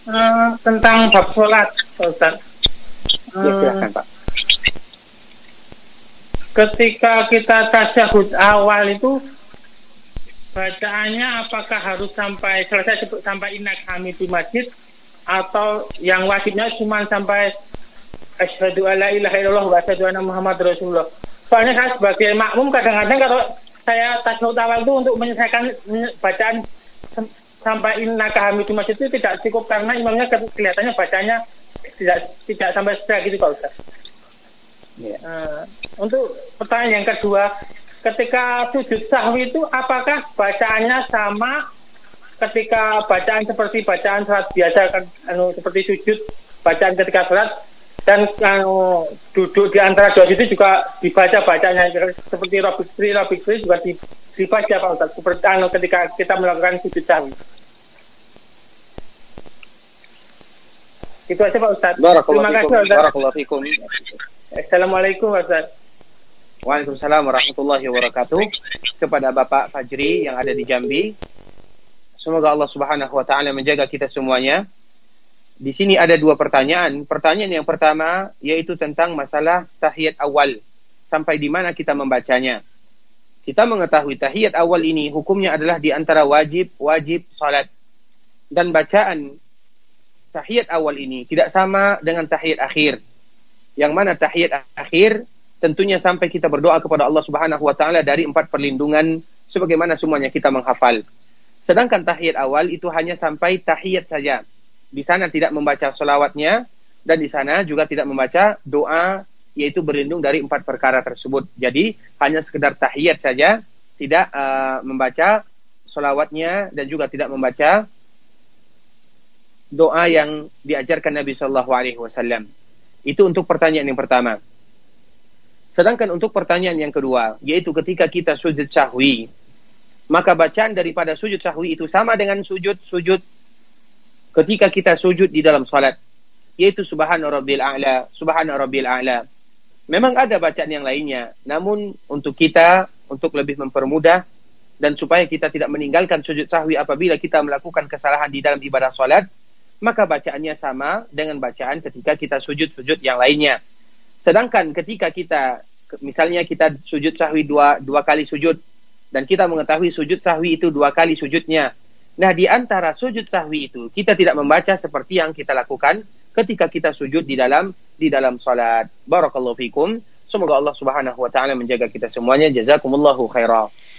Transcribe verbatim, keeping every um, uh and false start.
Uh, tentang bab sholat, Ustaz. Uh, Ya, silakan, Pak. Ketika kita tasyahud awal itu bacaannya apakah harus sampai selesai sampai inna hamidi masjid, atau yang wajibnya cuma sampai asyhadu alla ilaha illallah wa asyhadu anna muhammad rasulullah? Soalnya saya sebagai makmum kadang-kadang kalau saya tasyahud awal itu untuk menyelesaikan bacaan sampai inna hamidi masjid itu tidak cukup karena imamnya kelihatannya bacanya tidak tidak sampai selesai gitu, Pak Ustaz. Ya. Uh, untuk pertanyaan yang kedua, ketika sujud sahwi itu apakah bacaannya sama ketika bacaan seperti bacaan salat biasa kan, anu, seperti sujud bacaan ketika salat, dan anu, duduk di antara dua sujud juga dibaca bacanya seperti Rabbik Firi Rabbik Firi juga dibaca, Pak Ustaz, seperti anu, ketika kita melakukan sujud sahwi. Itu aja, Pak Ustaz. Terima kasih, Ustaz. Barakallahu fikum. Assalamualaikum, Ustaz. Waalaikumsalam warahmatullahi wabarakatuh. Kepada Bapak Fajri yang ada di Jambi, semoga Allah Subhanahu wa taala menjaga kita semuanya. Di sini ada dua pertanyaan. Pertanyaan yang pertama yaitu tentang masalah tahiyat awal. Sampai di mana kita membacanya? Kita mengetahui tahiyat awal ini hukumnya adalah di antara wajib-wajib salat. Dan bacaan tahiyat awal ini tidak sama dengan tahiyat akhir. Yang mana tahiyat akhir tentunya sampai kita berdoa kepada Allah Subhanahu wa taala dari empat perlindungan sebagaimana semuanya kita menghafal. Sedangkan tahiyat awal itu hanya sampai tahiyat saja. Di sana tidak membaca selawatnya, dan di sana juga tidak membaca doa yaitu berlindung dari empat perkara tersebut. Jadi hanya sekedar tahiyat saja, tidak uh, membaca selawatnya dan juga tidak membaca doa yang diajarkan Nabi Shallallahu Alaihi Wasallam. Itu untuk pertanyaan yang pertama. Sedangkan untuk pertanyaan yang kedua, yaitu ketika kita sujud sahwi, maka bacaan daripada sujud sahwi itu sama dengan sujud-sujud ketika kita sujud di dalam salat, yaitu subhana rabbil a'la, subhana rabbil a'la. Memang ada bacaan yang lainnya, namun untuk kita, untuk lebih mempermudah dan supaya kita tidak meninggalkan sujud sahwi apabila kita melakukan kesalahan di dalam ibadah salat, maka bacaannya sama dengan bacaan ketika kita sujud-sujud yang lainnya. Sedangkan ketika kita, misalnya kita sujud sahwi dua, dua kali sujud, dan kita mengetahui sujud sahwi itu dua kali sujudnya. Nah, di antara sujud sahwi itu, kita tidak membaca seperti yang kita lakukan ketika kita sujud di dalam di dalam salat. Barakallahu fikum. Semoga Allah Subhanahu wa taala menjaga kita semuanya. Jazakumullahu khairan.